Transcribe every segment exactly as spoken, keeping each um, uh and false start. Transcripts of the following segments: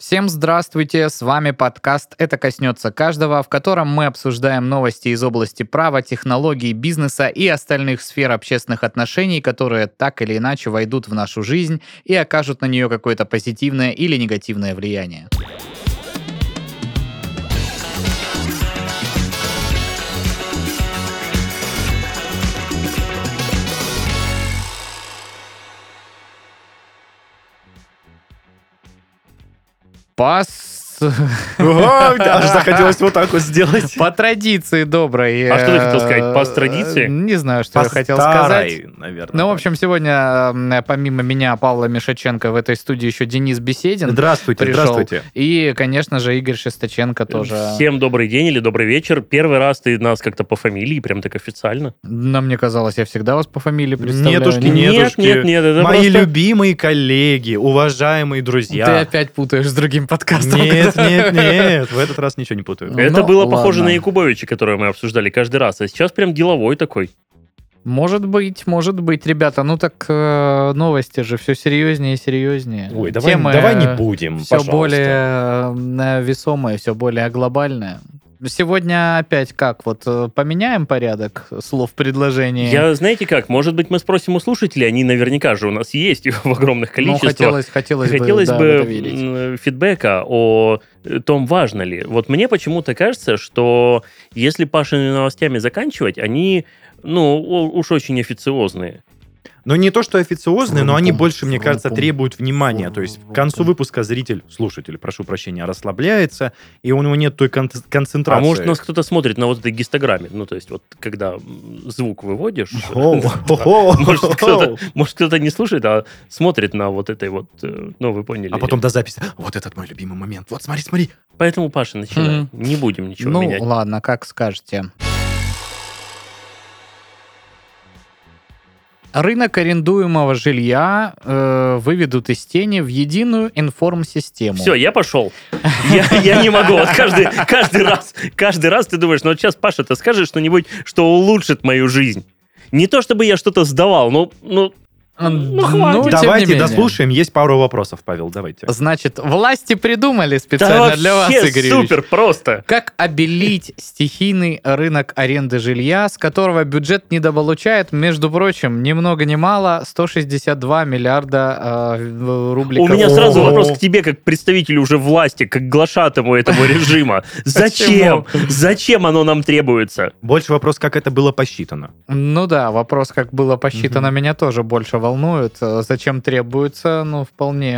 Всем здравствуйте, с вами подкаст «Это коснется каждого», в котором мы обсуждаем новости из области права, технологий, бизнеса и остальных сфер общественных отношений, которые так или иначе войдут в нашу жизнь и окажут на нее какое-то позитивное или негативное влияние. Пас... Аж захотелось вот так вот сделать. По традиции доброй. А что ты хотел сказать? По традиции? Не знаю, что По я хотел старой, сказать. наверное. Ну, в общем, сегодня помимо меня, Павла Мишаченко, в этой студии еще Денис Беседин. Здравствуйте, пришел. здравствуйте. И, конечно же, Игорь Шестаченко тоже. Всем добрый день или добрый вечер. Первый раз ты нас как-то по фамилии, прям так официально. Нам мне казалось, я всегда вас по фамилии представляю. Нетушки, Нет, нетушки. нет, нет, это Мои просто- любимые коллеги, уважаемые друзья. Ты опять путаешь с другим подкастом. Нет, нет, нет, в этот раз ничего не путаю. Это Ну, было ладно. похоже на Якубовича, которое мы обсуждали каждый раз. А сейчас прям деловой такой. Может быть, может быть, ребята. Ну так э, новости же все серьезнее и серьезнее. Ой, давай, Темы, давай не будем, Все пожалуйста. более э, весомое, все более глобальное. Сегодня опять как? Вот э, поменяем порядок слов предложения. Я, знаете как, может быть, мы спросим у слушателей, они наверняка же у нас есть в огромных Ну, количествах. хотелось, хотелось, Хотелось бы, да, бы в это верить. м, фидбэка о том, важно ли. Вот мне почему-то кажется, что если Пашиными новостями заканчивать, они, ну, о- уж очень официозные. Но не то, что официозные, но они Фрум-пум, больше, мне кажется, фрум-пум. требуют внимания. То есть к концу выпуска зритель, слушатель, прошу прощения, расслабляется, и у него нет той кон- А концентрации. может, нас кто-то смотрит на вот этой гистограмме? Ну, то есть, вот когда м, звук выводишь, О, о, может, кто-то, о. может, кто-то не слушает, а смотрит на вот этой вот, э, ну, вы поняли. А потом до записи. Вот этот мой любимый момент. Вот смотри, смотри. Поэтому, Паша, начинай. Мгм. Не будем ничего Ну, менять. ладно, как скажете. Рынок арендуемого жилья э, выведут из тени в единую информсистему. Все, я пошел. Я, я не могу. Вот каждый, каждый раз, каждый раз ты думаешь, ну вот сейчас, Паша, ты скажешь что-нибудь, что улучшит мою жизнь. Не то, чтобы я что-то сдавал, но, ну, Ну, хватит. тем не Давайте менее. дослушаем. Есть пару вопросов, Павел, давайте. Значит, власти придумали да специально для вас, вообще Игорь Юрьевич, супер просто. как обелить стихийный рынок аренды жилья, с которого бюджет недополучает, между прочим, ни много ни мало, сто шестьдесят два миллиарда э, рублей. У меня О. сразу вопрос к тебе, как представителю уже власти, как глашатому этого режима. Зачем? Зачем оно нам требуется? Больше вопрос, как это было посчитано. Ну да, вопрос, как было посчитано, Мгм. меня тоже больше волнует. Э, Зачем требуется? Ну, вполне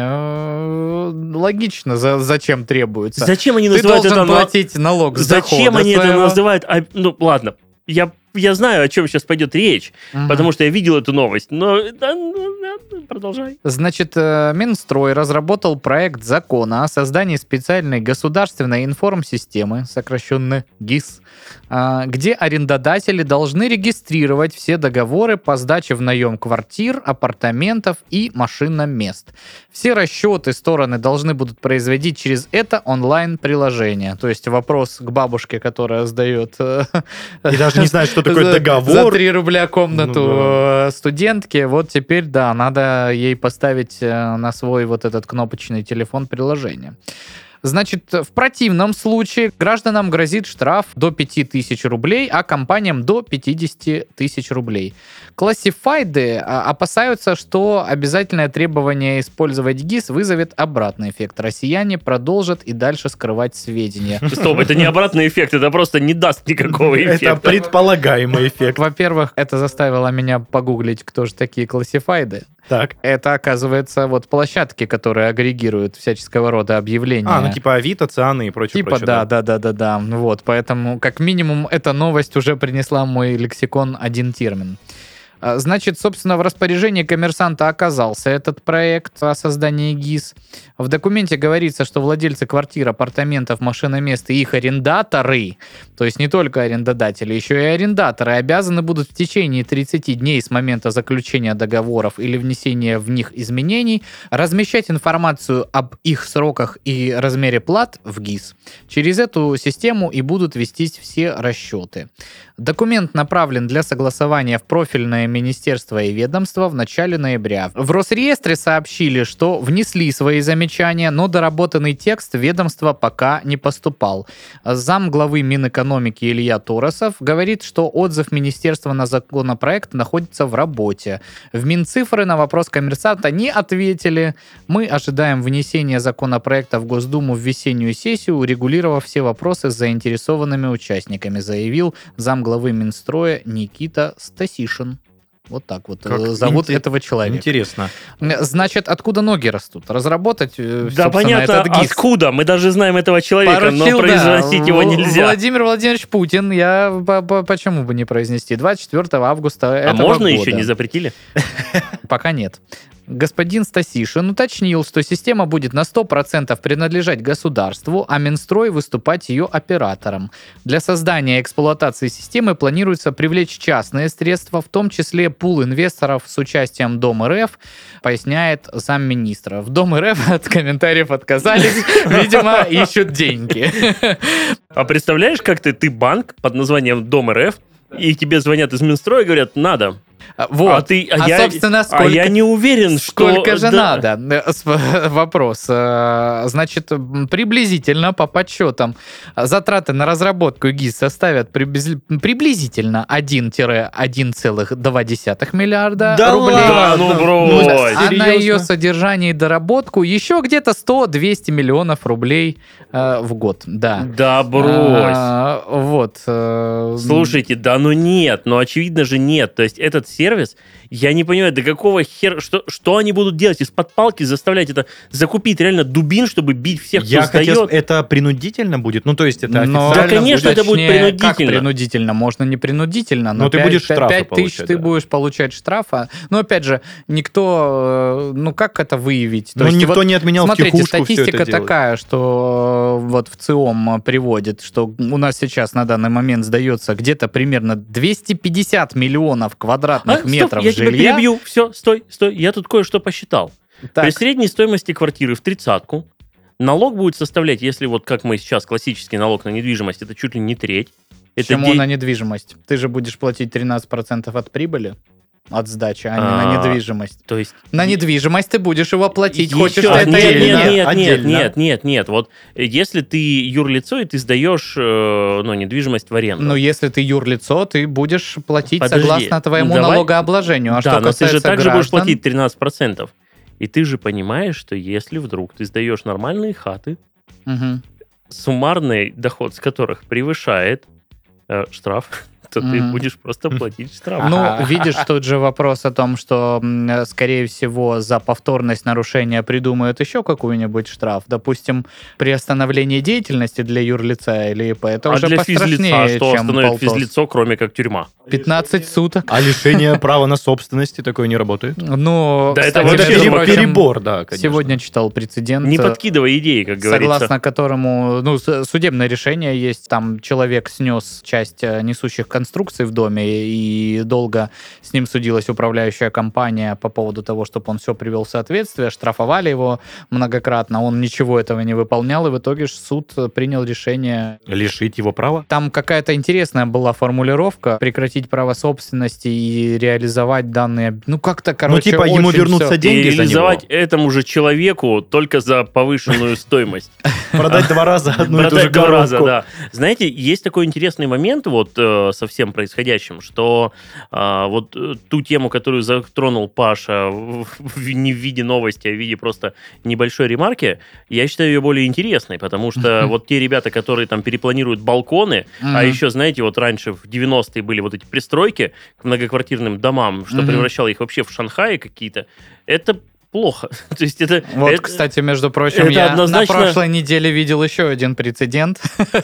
э, логично, за- зачем требуется. Зачем они Ты называют должен это... на- платить налог с Зачем дохода они это своего. называют? А, ну, ладно. Я, я знаю, о чем сейчас пойдет речь, Мгм. потому что я видел эту новость. Но да, ну, да, продолжай. Значит, э, Минстрой разработал проект закона о создании специальной государственной информсистемы, сокращенно ГИС, а, где арендодатели должны регистрировать все договоры по сдаче в наем квартир, апартаментов и машиномест. Все расчеты стороны должны будут производить через это онлайн-приложение. То есть вопрос к бабушке, которая сдает э, И даже не знает, что такое за- За договор. три рубля комнату Ну э, студентке. Вот теперь, да, надо ей поставить э, на свой вот этот кнопочный телефон приложение. Значит, в противном случае гражданам грозит штраф до пяти тысяч рублей, а компаниям до пятьдесят тысяч рублей. Классифайды а, опасаются, что обязательное требование использовать ГИС вызовет обратный эффект. Россияне продолжат и дальше скрывать сведения. Стоп, это не обратный эффект, это просто не даст никакого Это эффекта. предполагаемый эффект. Во-первых, это заставило меня погуглить, кто же такие классифайды. Так. Это, оказывается, вот площадки, которые агрегируют всяческого рода объявления. А, ну типа Авито, Цианы и прочее. Типа, прочее, да, да, да, да, да. Вот, поэтому, как минимум, эта новость уже принесла в мой лексикон один термин. А, Значит, собственно, в распоряжении коммерсанта оказался этот проект о создании ГИС. В документе говорится, что владельцы квартир, апартаментов, машиномест и их арендаторы, то есть не только арендодатели, еще и арендаторы, обязаны будут в течение тридцати дней с момента заключения договоров или внесения в них изменений размещать информацию об их сроках и размере плат в ГИС. Через эту систему и будут вестись все расчеты. Документ направлен для согласования в профильное министерства и ведомства в начале ноября. В Росреестре сообщили, что внесли свои замечания, но доработанный текст в ведомство пока не поступал. Зам главы Минэкономики Илья Торосов говорит, что отзыв министерства на законопроект находится в работе. В Минцифры на вопрос коммерсанта не ответили. Мы ожидаем внесения законопроекта в Госдуму в весеннюю сессию, урегулировав все вопросы с заинтересованными участниками, заявил замглавы Минстроя Никита Стасишин. Вот так вот Как зовут инте- этого человека. Интересно. Значит, откуда ноги растут? Разработать, э, Да, понятно, этот ГИС. откуда. Мы даже знаем этого человека, Поручил, но произносить да. его В- нельзя. Владимир Владимирович Путин, я по- по- почему бы не произнести? двадцать четвёртого августа А этого можно года. еще не запретили? Пока нет. Господин Стасишин уточнил, что система будет на сто процентов принадлежать государству, а Минстрой выступать ее оператором. Для создания и эксплуатации системы планируется привлечь частные средства, в том числе пул инвесторов с участием Дом РФ, поясняет замминистра. В Дом РФ от комментариев отказались, видимо, ищут деньги. А представляешь, как ты, ты банк под названием Дом РФ, и тебе звонят из Минстроя и говорят, надо. Вот. А, ты, а, А, я, собственно, а сколько- я не уверен, что... Сколько же да. надо? Э, с- Вопрос. Э, Значит, м, приблизительно по подсчетам затраты на разработку ГИС составят приблиз- приблизительно один-один целых два десятых миллиарда Да рублей. Да, ну брось. А на Серьезно? ее содержание и доработку еще где-то сто-двести миллионов рублей э, в год. Да. Да, брось. А, вот. э, Слушайте, да ну нет, ну очевидно же нет. То есть этот сервис, я не понимаю, до какого хера, что, что они будут делать? Из-под палки заставлять это, закупить реально дубин, чтобы бить всех, кто Я хотел... сдает? Это принудительно будет? Ну, то есть это Но- официально Да, конечно, будет? это будет Точнее, принудительно. Как принудительно? Можно не принудительно, но, Но ты пять- будешь штрафы пять тысяч получать, ты да. будешь получать штрафа. Но опять же, никто, э, ну как это выявить? То Но есть никто вот не отменял смотрите, втихушку всё это статистика делать. такая, что э, вот в ЦИОМ приводит, что у нас сейчас на данный момент сдается где-то примерно двести пятьдесят миллионов квадратных А, стоп, метров я тебя жилья. перебью. Все, стой, стой. Я тут кое-что посчитал. Так, При средней стоимости квартиры в тридцатку налог будет составлять, если вот как мы сейчас, классический налог на недвижимость, это чуть ли не треть. Это почему де- на недвижимость? Ты же будешь платить тринадцать процентов от прибыли, от сдачи, а не А, на недвижимость. То есть... На недвижимость ты будешь его платить. Еще- Хочешь ты это нет, или нет, нет? нет, нет, Отдельно. нет, нет, нет. Вот э, если ты юрлицо, и ты сдаешь э, ну, недвижимость в аренду. Ну, если ты юрлицо, ты будешь платить Подожди, согласно твоему давай- налогообложению. А да, что но ты же касается также будешь граждан, платить тринадцать процентов. И ты же понимаешь, что если вдруг ты сдаешь нормальные хаты, мгм. суммарный доход с которых превышает э, штраф, то ты Мгм. будешь просто платить штраф. Ну, видишь, тут же вопрос о том, что, м, скорее всего, за повторность нарушения придумают еще какой-нибудь штраф. Допустим, приостановление деятельности для юрлица или ИП. Это а уже для пострашнее, физлица что чем остановит полтос. физлицо, кроме как тюрьма? пятнадцать суток. А лишение права на собственности такое не работает? Ну, Да, это кстати, вообще Это между пере- прочим, перебор, да, конечно. Сегодня читал прецедент. Не подкидывай идеи, как говорится. Согласно которому, ну, с- судебное решение есть, там человек снес часть э, несущих конструкций в доме, и долго с ним судилась управляющая компания по поводу того, чтобы он все привел в соответствие, штрафовали его многократно, он ничего этого не выполнял, и в итоге ж суд принял решение. Лишить его права? Там какая-то интересная была формулировка: прекратить право собственности и реализовать данные, ну, как-то, короче, Ну, типа, ему очень вернутся всё- деньги И за него. реализовать этому же человеку только за повышенную стоимость. Продать два раза одну и ту же Продать два раза, коробку. да. Знаете, есть такой интересный момент вот э, со всем происходящим, что э, вот э, ту тему, которую затронул Паша, в- в- не в виде новости, а в виде просто небольшой ремарки, я считаю ее более интересной, потому что вот те ребята, которые там перепланируют балконы, а Мгм. еще, знаете, вот раньше в девяностые были вот эти пристройки к многоквартирным домам, что Мгм. превращало их вообще в Шанхай какие-то, это плохо. То есть это... Вот, это- кстати, между прочим, это я однозначно- на прошлой неделе видел еще один прецедент,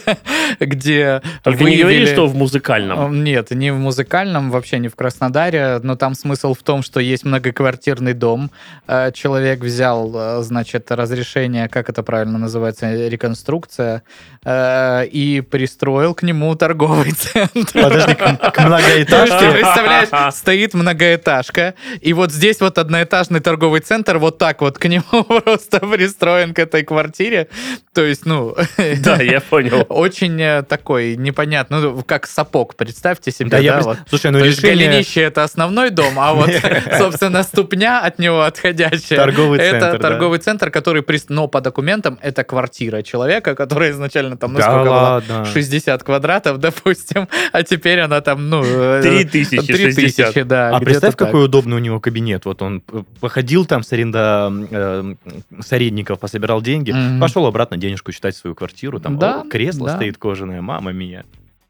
где Только не говори, выявили- что в музыкальном. Нет, не в музыкальном, вообще не в Краснодаре, но там смысл в том, что есть многоквартирный дом. Э, Человек взял, э, значит, разрешение, как это правильно называется, реконструкция, э, и пристроил к нему торговый центр. Подожди, к, к Ты многоэтажке? представляешь, стоит многоэтажка, и вот здесь вот одноэтажный торговый центр центр вот так вот к нему просто пристроен, к этой квартире. То есть, ну... Да, я понял. Очень такой непонятный, ну, как сапог, представьте себе. Да, да, я вот. пред- Слушай, ну То есть решение... голенище — это основной дом, а вот, собственно, ступня от него отходящая. Торговый это центр, да. торговый центр, который, при- но по документам, это квартира человека, которая изначально там, ну, Да сколько была? ладно. шестьдесят квадратов, допустим, а теперь она там, ну... Три тысячи шестьдесят. тысячи, да. А где-то представь, так. какой удобный у него кабинет. Вот он п- походил там с аренда э, с арендников, пособирал деньги, Мгм. пошел обратно денежку считать в свою квартиру. Там Да, о, кресло да. стоит кожаное, мама мия.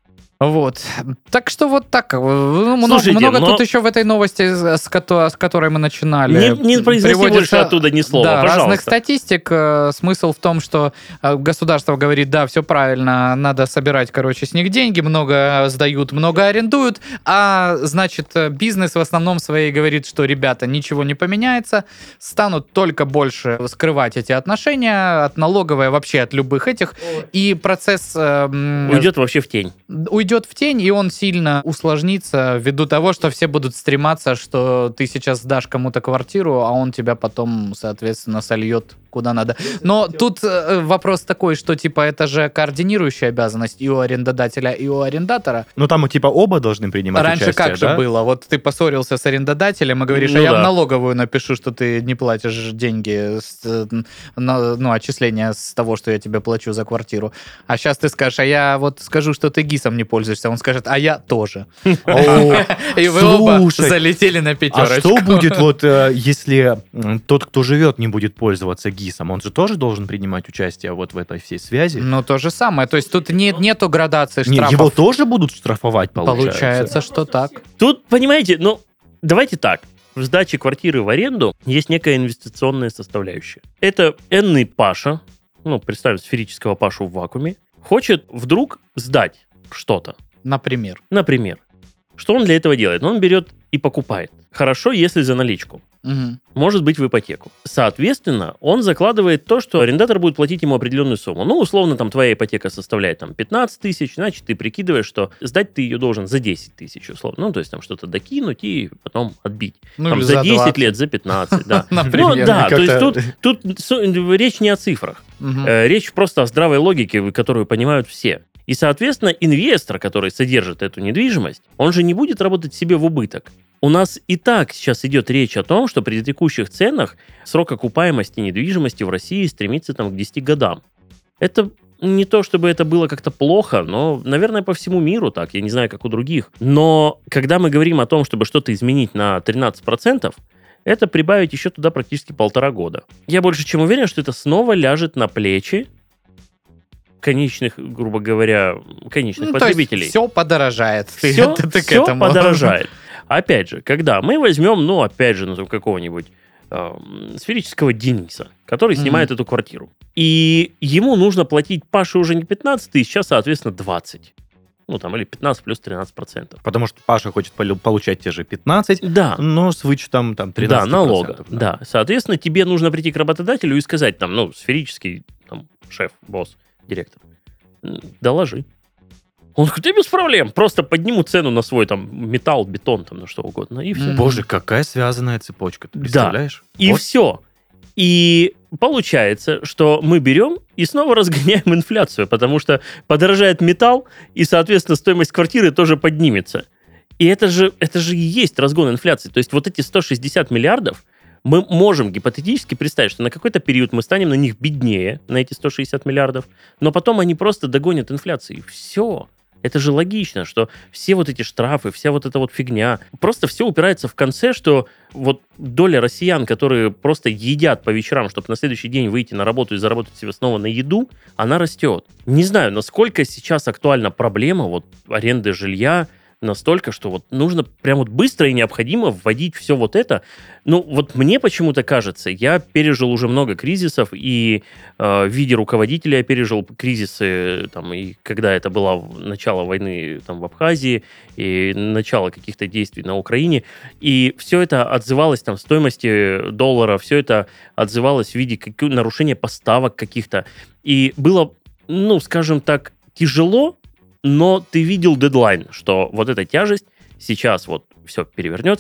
Вот. Так что вот так. Ну, Много, Слушайте, много но- тут еще в этой новости, с, кото- с которой мы начинали. Не, не произноси приводится, больше оттуда ни слова, да, пожалуйста. разных статистик. Э, Смысл в том, что э, государство говорит, да, все правильно, надо собирать, короче, с них деньги, много сдают, много арендуют, а, значит, э, бизнес в основном своей говорит, что, ребята, ничего не поменяется, станут только больше скрывать эти отношения от налоговой, вообще от любых этих, и процесс... э, м, Уйдет вообще в тень. уйдет в тень, и он сильно усложнится ввиду того, что все будут стрематься, что ты сейчас сдашь кому-то квартиру, а он тебя потом, соответственно, сольет куда надо. Но тут э, вопрос такой, что типа это же координирующая обязанность и у арендодателя, и у арендатора. Ну там типа оба должны принимать Раньше участие, как же да? было? Вот ты поссорился с арендодателем и говоришь, Ну а я да. в налоговую напишу, что ты не платишь деньги, с, э, на- ну, отчисления с того, что я тебе плачу за квартиру. А сейчас ты скажешь, а я вот скажу, что ты ГИСом не пользуешься. Он скажет, а я тоже. О, И вы оба слушай, залетели на а пятерочку. что будет вот, э, если м, тот, кто живет, не будет пользоваться ГИСом? Он же тоже должен принимать участие вот в этой всей связи? Ну, то же самое. То есть тут нет, нету градации Не, штрафов. его тоже будут штрафовать, получается? Получается, что так. Тут, понимаете, ну, давайте так. В сдаче квартиры в аренду есть некая инвестиционная составляющая. Это энный Паша, ну, представим сферического Пашу в вакууме, хочет вдруг сдать что-то. Например. Например. Что он для этого делает? Он берет и покупает. Хорошо, если за наличку. Мгм. Может быть, в ипотеку. Соответственно, он закладывает то, что арендатор будет платить ему определенную сумму. Ну, условно, там твоя ипотека составляет там пятнадцать тысяч, значит, ты прикидываешь, что сдать ты ее должен за десять тысяч, условно. Ну, то есть там что-то докинуть и потом отбить. Ну, Там или за за десять двадцать. лет, за пятнадцать, да. Например. Ну, да, то есть Как-то- тут, тут с- речь не о цифрах. Мгм. Э, Речь просто о здравой логике, которую понимают все. И, соответственно, инвестор, который содержит эту недвижимость, он же не будет работать себе в убыток. У нас и так сейчас идет речь о том, что при текущих ценах срок окупаемости недвижимости в России стремится там, к десяти годам. Это не то, чтобы это было как-то плохо, но, наверное, по всему миру так. Я не знаю, как у других. Но когда мы говорим о том, чтобы что-то изменить на тринадцать процентов, это прибавить еще туда практически полтора года. Я больше чем уверен, что это снова ляжет на плечи конечных, грубо говоря, конечных Ну, то есть потребителей. все подорожает. Ты- Все, ты- ты к все этому. подорожает. Опять же, когда мы возьмем, ну, опять же, ну, какого-нибудь эм, сферического Дениса, который Мгм. снимает эту квартиру. И ему нужно платить Паше уже не пятнадцать тысяч, а, соответственно, двадцать. Ну, там, или пятнадцать плюс тринадцать процентов. Потому что Паша хочет полю- получать те же пятнадцать, Да. но с вычетом там Да, тринадцать налога. Да. Соответственно, тебе нужно прийти к работодателю и сказать, там, ну, сферический там, шеф, босс, директор, м, доложи. Он говорит, да без проблем, просто подниму цену на свой там металл, бетон, там, на что угодно, и все. Мгм. Боже, какая связанная цепочка, ты Да. представляешь? И Вот. все. И получается, что мы берем и снова разгоняем инфляцию, потому что подорожает металл, и, соответственно, стоимость квартиры тоже поднимется. И это же, это же и есть разгон инфляции. То есть вот эти сто шестьдесят миллиардов, мы можем гипотетически представить, что на какой-то период мы станем на них беднее, на эти сто шестьдесят миллиардов, но потом они просто догонят инфляцию. И все. Это же логично, что все вот эти штрафы, вся вот эта вот фигня, просто все упирается в конце, что вот доля россиян, которые просто едят по вечерам, чтобы на следующий день выйти на работу и заработать себе снова на еду, она растет. Не знаю, насколько сейчас актуальна проблема вот аренды жилья, настолько, что вот нужно прям вот быстро и необходимо вводить все вот это. Ну, вот мне почему-то кажется, я пережил уже много кризисов, и э, в виде руководителя я пережил кризисы, там, и когда это было начало войны там, в Абхазии, и начало каких-то действий на Украине, и все это отзывалось там в стоимости доллара, все это отзывалось в виде как- нарушения поставок каких-то. И было, ну, скажем так, тяжело, но ты видел дедлайн, что вот эта тяжесть сейчас вот все перевернется,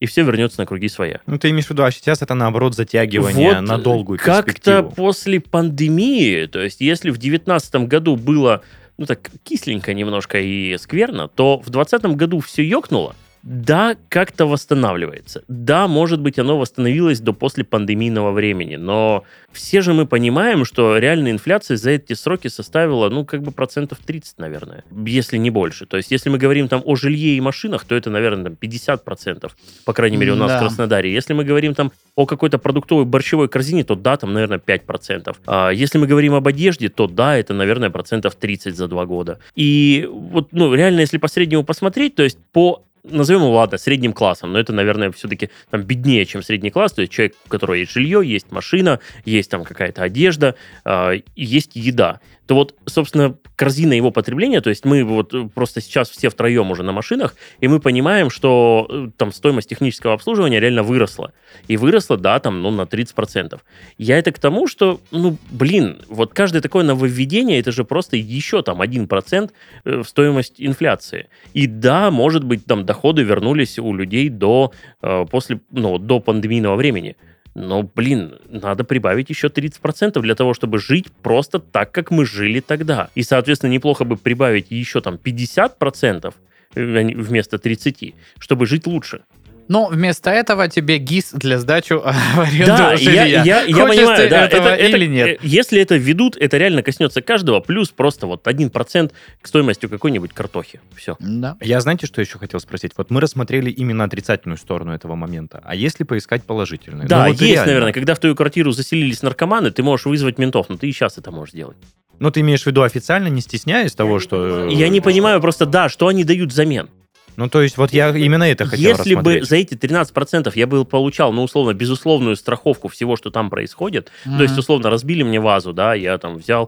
и все вернется на круги своя. Ну, ты имеешь в виду, а сейчас это, наоборот, затягивание Вот на долгую как-то перспективу. после пандемии, то есть если в девятнадцатом году было, ну так, кисленько немножко и скверно, то в двадцатом году все ёкнуло. Да, как-то восстанавливается. Да, может быть, оно восстановилось до послепандемийного времени, но все же мы понимаем, что реальная инфляция за эти сроки составила, ну, как бы процентов тридцать, наверное, если не больше. То есть, если мы говорим там о жилье и машинах, то это, наверное, там пятьдесят процентов, по крайней мере, у нас Да. в Краснодаре. Если мы говорим там о какой-то продуктовой борщевой корзине, то да, там, наверное, пять процентов. А если мы говорим об одежде, то да, это, наверное, процентов тридцать за два года. И вот, ну, реально, если по среднему посмотреть, то есть по назовем его, ладно, средним классом, но это, наверное, все-таки там беднее, чем средний класс, то есть человек, у которого есть жилье, есть машина, есть там какая-то одежда, э, есть еда. То вот, собственно, корзина его потребления, то есть мы вот просто сейчас все втроем уже на машинах, и мы понимаем, что э, там стоимость технического обслуживания реально выросла. И выросла, да, там, ну, на тридцать процентов. Я это к тому, что, ну, блин, вот каждое такое нововведение, это же просто еще там один процент в стоимость инфляции. И да, может быть, там доходы вернулись у людей до, э, после, ну, до пандемийного времени. Но, блин, надо прибавить еще тридцать процентов для того, чтобы жить просто так, как мы жили тогда. И, соответственно, неплохо бы прибавить еще там пятьдесят процентов вместо тридцати, чтобы жить лучше. Но вместо этого тебе ГИС для сдачи в аренду Да, жилья. я, я, я Хочешь понимаю, ты да, этого это, или это, нет? э, если это введут, это реально коснется каждого, плюс просто вот один процент к стоимости какой-нибудь картохи. Все. Да. Я, знаете, что еще хотел спросить? Вот мы рассмотрели именно отрицательную сторону этого момента. А если поискать положительную? Да, Ну, вот есть, реально. наверное, когда в твою квартиру заселились наркоманы, ты можешь вызвать ментов, но ты и сейчас это можешь делать. Ну, ты имеешь в виду официально, не стесняясь того, что... Я не понимаю просто, да, что они дают взамен. Ну, то есть, вот я именно это хотел Если бы рассмотреть. за эти тринадцать процентов я бы получал, ну, условно, безусловную страховку всего, что там происходит, Мгм. то есть, условно, разбили мне вазу, да, я там взял...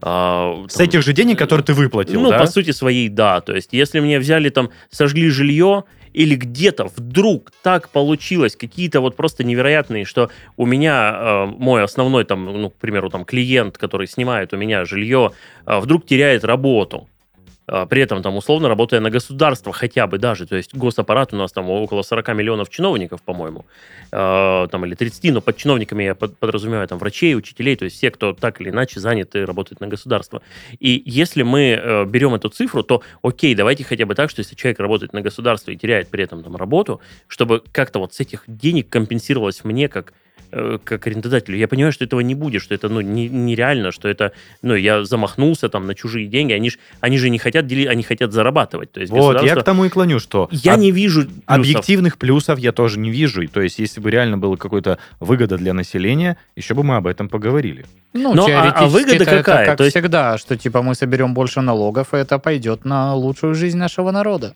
а, С там, этих же денег, которые ты выплатил, Ну, да? по сути своей, да. То есть, если мне взяли там, сожгли жилье, или где-то вдруг так получилось, какие-то вот просто невероятные, что у меня э, мой основной, там, ну, к примеру, там, клиент, который снимает у меня жилье, э, вдруг теряет работу. Э, При этом, там, условно, работая на государство хотя бы даже, то есть госаппарат у нас там около сорок миллионов чиновников, по-моему, э, там, или тридцать, но под чиновниками я под- подразумеваю там врачей, учителей, то есть все, кто так или иначе занят и работает на государство. И если мы э, берем эту цифру, то окей, давайте хотя бы так, что если человек работает на государство и теряет при этом там работу, чтобы как-то вот с этих денег компенсировалось мне как э, как арендодателю. Я понимаю, что этого не будет, что это, ну, не- нереально, что это, ну, я замахнулся там на чужие деньги, они, ж, они же не хотят делить, они хотят зарабатывать. То есть Вот, я государство- к тому и клоню, что... Я об- не вижу плюсов. Объективных плюсов я тоже не вижу. И то есть, если бы реально была какая-то выгода для населения, еще бы мы об этом поговорили. Ну, Но, а- а теоретически выгода это- какая? это как То есть- всегда, что типа мы соберем больше налогов, и это пойдет на лучшую жизнь нашего народа.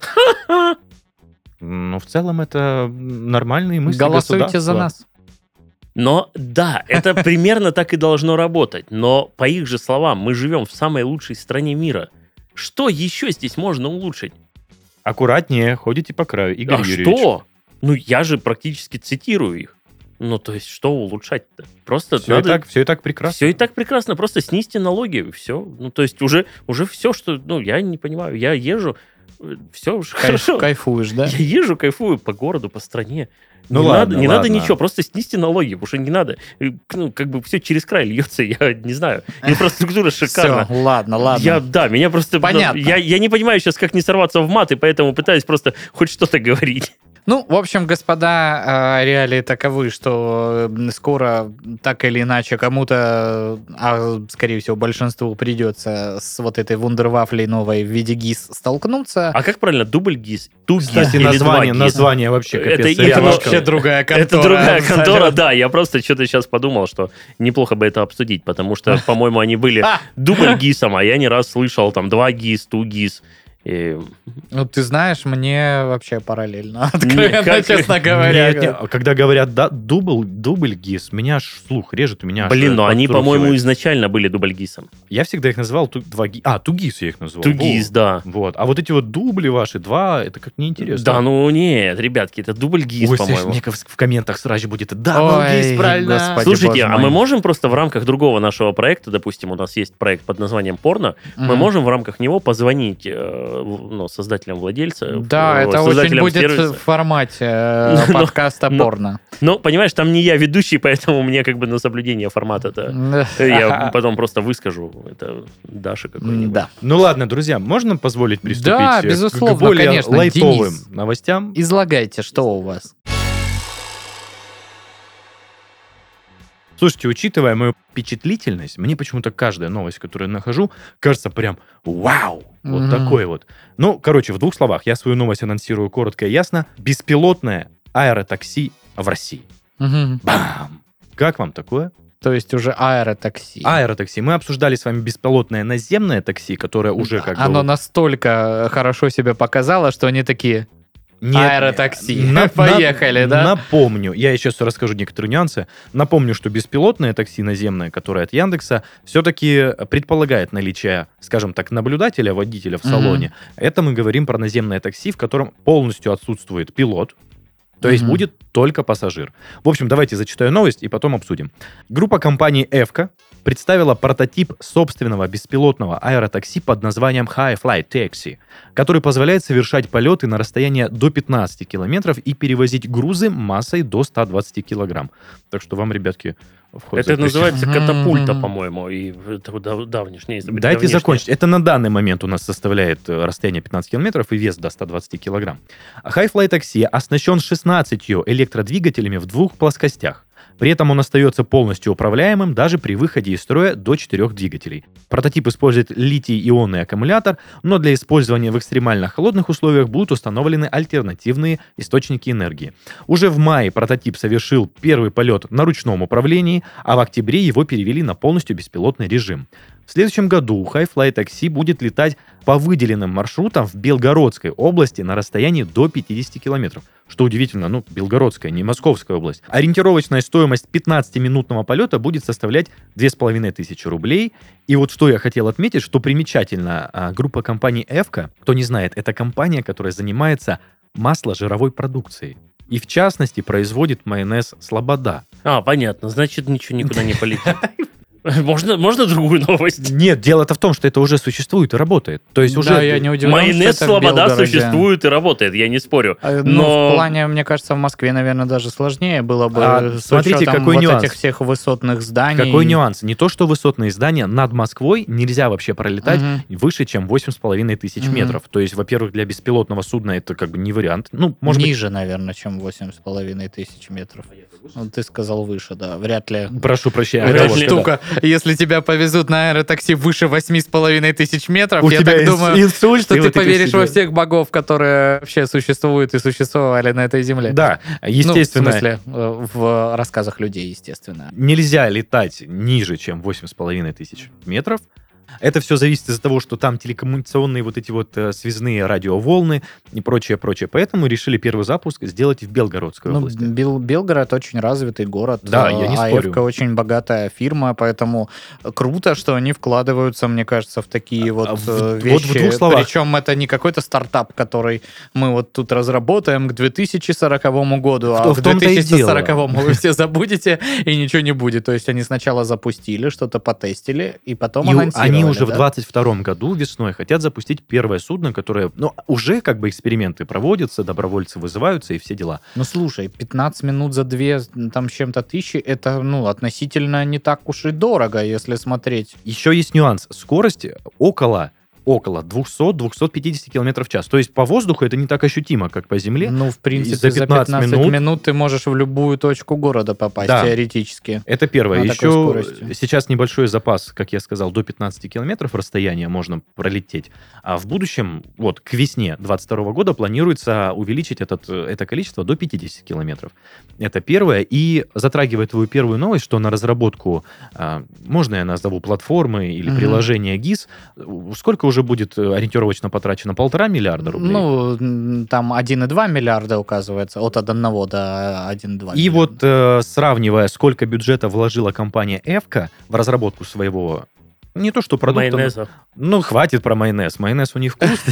Но в целом это нормальные мысли Голосуйте за государства. нас. Но да, это примерно так и должно работать. Но по их же словам, мы живем в самой лучшей стране мира. Что еще здесь можно улучшить? Аккуратнее, ходите по краю, Игорь А Юрьевич. что? Ну, я же практически цитирую их. Ну, то есть, что улучшать-то? Просто Все, надо... и так, все и так прекрасно. Все и так прекрасно, просто снизьте налоги, все. Ну, то есть, уже, уже все, что... Ну, я не понимаю, я езжу, все уже Кайф- хорошо. Кайфуешь, да? Я езжу, кайфую по городу, по стране. Ну не ладно, надо, не надо ладно. ничего, просто снизьте налоги, уже не надо. И, ну, как бы все через край льется, я не знаю. Инфраструктура шикарна. Все, ладно, ладно. Я, да, меня просто... Понятно. Я, я не понимаю сейчас, как не сорваться в мат, и поэтому пытаюсь просто хоть что-то говорить. Ну, в общем, господа, э, реалии таковы, что э, скоро так или иначе кому-то, а скорее всего большинству придется с вот этой вундервафлей новой в виде ГИС столкнуться. А как правильно, дубль ГИС? Ту ГИС Кстати, или название, два ГИС? название вообще Это- капец. это рядышком. вообще другая контора. Это другая контора, абсолютно. да. Я просто что-то сейчас подумал, что неплохо бы это обсудить, потому что, по-моему, они были А! дубль ГИСом, а я не раз слышал там два ГИС, ту ГИС. И... Ну, ты знаешь, мне вообще параллельно, откровенно, как- честно говоря. Нет, нет, когда говорят да, дубль, дубль ГИС, меня аж слух режет, у меня аж Блин, но они, подтрухивает. по-моему, изначально были дубль ГИСом. Я всегда их называл ту, два ГИС. А, тугис я их называл. Ту ГИС, Во. да. Вот. А вот эти вот дубли ваши, два, это как неинтересно. Да, ну нет, ребятки, это дубль ГИС, Ой, по-моему. мне в в комментах сразу будет. Да, Ой, балдеть, правильно. господи. Слушайте, боже а мой. мы можем просто в рамках другого нашего проекта, допустим, у нас есть проект под названием «Порно», мы Мгм. можем в рамках него позвонить э, ну, создателем, владельцем. Да, это очень будет сервиса. В формате э, но, подкаста но, порно. Но, понимаешь, там не я ведущий, поэтому мне как бы на соблюдение формата-то я потом просто выскажу. Это Даша какой-нибудь. Да. Ну ладно, друзья, можно позволить приступить да, безусловно, к более конечно. лайтовым Денис, новостям? Излагайте, что у вас. Слушайте, учитывая мою впечатлительность, мне почему-то каждая новость, которую я нахожу, кажется прям вау, вот mm-hmm. такой вот. Ну, короче, в двух словах, я свою новость анонсирую коротко и ясно. Беспилотное аэротакси в России. Mm-hmm. Бам! Как вам такое? То есть уже аэротакси. Аэротакси. Мы обсуждали с вами беспилотное наземное такси, которое уже как бы... Оно настолько хорошо себя показало, что они такие... Нет, аэротакси. На, Поехали, на, да? Напомню, я еще расскажу некоторые нюансы. Напомню, что беспилотное такси наземное, которое от Яндекса, все-таки предполагает наличие, скажем так, наблюдателя, водителя в салоне. Mm-hmm. Это мы говорим про наземное такси, в котором полностью отсутствует пилот. То mm-hmm. есть будет только пассажир. В общем, давайте зачитаю новость и потом обсудим. Группа компании «Эвка» представила прототип собственного беспилотного аэротакси под названием High Flight Taxi, который позволяет совершать полеты на расстояние до пятнадцати километров и перевозить грузы массой до ста двадцати килограмм. Так что вам, ребятки, вход это запрещен. называется катапульта, по-моему, и это давнишнее. Дайте давнишнее. закончить. Это на данный момент у нас составляет расстояние пятнадцать километров и вес до ста двадцати килограмм. High Flight Taxi оснащен шестнадцатью электродвигателями в двух плоскостях. При этом он остается полностью управляемым даже при выходе из строя до четырех двигателей. Прототип использует литий-ионный аккумулятор, но для использования в экстремально холодных условиях будут установлены альтернативные источники энергии. Уже в мае прототип совершил первый полет на ручном управлении, а в октябре его перевели на полностью беспилотный режим. В следующем году High Flight Taxi будет летать по выделенным маршрутам в Белгородской области на расстоянии до пятидесяти километров. Что удивительно, ну, Белгородская, не Московская область. Ориентировочная стоимость пятнадцатиминутного полета будет составлять две тысячи пятьсот рублей. И вот что я хотел отметить, что примечательно, группа компаний «Эвка», кто не знает, это компания, которая занимается масложировой продукцией. И в частности производит майонез «Слобода». А, понятно, значит, ничего никуда не полетит. Можно, можно другую новость? Нет, дело-то в том, что это уже существует и работает. То есть уже... Да, я не удивлен, майонез «Слобода» существует и работает, я не спорю. Но... Но в плане, мне кажется, в Москве, наверное, даже сложнее было бы. А, с смотрите, какой вот нюанс. этих всех высотных зданий. Какой нюанс? Не то, что высотные здания, над Москвой нельзя вообще пролетать угу. выше, чем восемь с половиной тысяч угу. метров. То есть, во-первых, для беспилотного судна это как бы не вариант. Ну, может Ниже, быть... наверное, чем восемь с половиной тысяч метров. Ну, ты сказал выше, да. Вряд ли. Прошу прощения. Эта штука, да. Если тебя повезут на аэротакси выше восемь с половиной тысяч метров, у я тебя так думаю, инсульт, что ты вот поверишь во всех богов, которые вообще существуют и существовали на этой земле. Да, естественно. Ну, в смысле, в рассказах людей, естественно. Нельзя летать ниже, чем восемь с половиной тысяч метров. Это все зависит из-за того, что там телекоммуникационные вот эти вот э, связные радиоволны и прочее, прочее. Поэтому решили первый запуск сделать в Белгородской ну, области. Бел- Белгород очень развитый город. Да, я не а спорю. Эвка очень богатая фирма, поэтому круто, что они вкладываются, мне кажется, в такие вот в, вещи. Вот в двух словах. Причем это не какой-то стартап, который мы вот тут разработаем к две тысячи сороковому году, а в к две тысячи сороковому вы все забудете, и ничего не будет. То есть они сначала запустили, что-то потестили, и потом анонсировали. Они уже в двадцать втором году весной хотят запустить первое судно, которое, ну, уже как бы эксперименты проводятся, добровольцы вызываются и все дела. Ну, слушай, пятнадцать минут за две там с чем-то тысячи, это, ну, относительно не так уж и дорого, если смотреть. Еще есть нюанс. Скорость около... около двухсот - двухсот пятидесяти километров в час. То есть по воздуху это не так ощутимо, как по земле. Ну, в принципе, за пятнадцать, за пятнадцать минут... минут ты можешь в любую точку города попасть, да. теоретически. Это первое. На Еще сейчас небольшой запас, как я сказал, до пятнадцати километров расстояния можно пролететь. А в будущем, вот, к весне двадцать второго года планируется увеличить этот, это количество до пятидесяти километров. Это первое. И затрагивает твою первую новость, что на разработку, можно я назову платформы или угу. приложения ГИС, сколько уже будет ориентировочно потрачено? Полтора миллиарда рублей? Ну, там один и два миллиарда указывается, от одного до один и два. И вот э, сравнивая, сколько бюджета вложила компания «Эвка» в разработку своего, не то что продукта, майонеза. Ну, хватит про майонез. Майонез у них вкусный.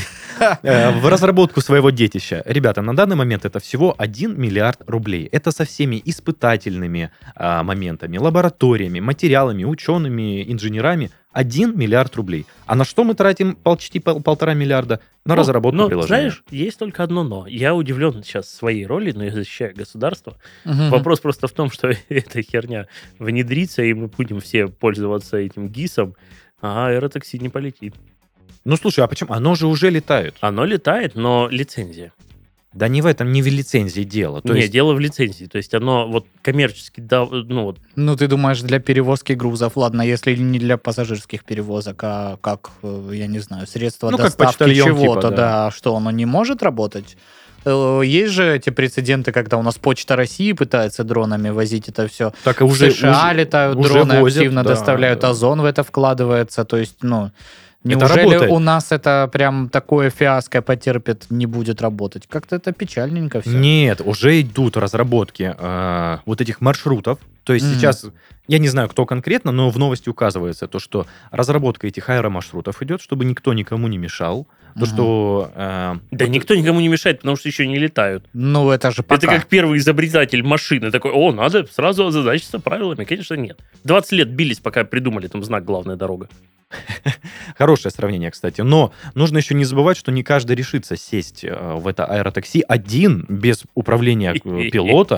В разработку своего детища. Ребята, на данный момент это всего один миллиард рублей. Это со всеми испытательными моментами, лабораториями, материалами, учеными, инженерами. один миллиард рублей. А на что мы тратим почти пол- полтора миллиарда? На Ну, разработку но, приложения. знаешь, есть только одно но. Я удивлен сейчас своей роли, но я защищаю государство. Мгм. Вопрос просто в том, что эта херня внедрится, и мы будем все пользоваться этим ГИСом, а аэротакси не полетит. Ну, слушай, а почему? Оно же уже летает. Оно летает, но лицензия. Да не в этом, не в лицензии дело. То Не, есть, дело в лицензии. То есть оно вот коммерчески, да, ну вот, Ну, ты думаешь, для перевозки грузов, ладно, если не для пассажирских перевозок, а как, э, я не знаю, средство Ну, как доставки почтальон чего-то, типа, да. да. что оно не может работать? Э, Есть же эти прецеденты, когда у нас Почта России пытается дронами возить это все. так и уже, в США уже- летают уже дроны, возят, активно да, доставляют, да. Озон в это вкладывается, то есть, ну... Это Неужели работает. у нас это прям такое фиаско потерпит, не будет работать? Как-то это печальненько все. Нет, уже идут разработки э, вот этих маршрутов. То есть Мгм. сейчас, я не знаю, кто конкретно, но в новости указывается то, что разработка этих аэромаршрутов идет, чтобы никто никому не мешал. То, Мгм. что... э, да вот- никто никому не мешает, потому что еще не летают. Ну, это же пока. Это как первый изобретатель машины. Такой, о, надо сразу озадачиться правилами. Конечно, нет. двадцать лет бились, пока придумали там знак «Главная дорога». Хорошее сравнение, кстати. Но нужно еще не забывать, что не каждый решится сесть э, в это аэротакси один, без управления э, пилота.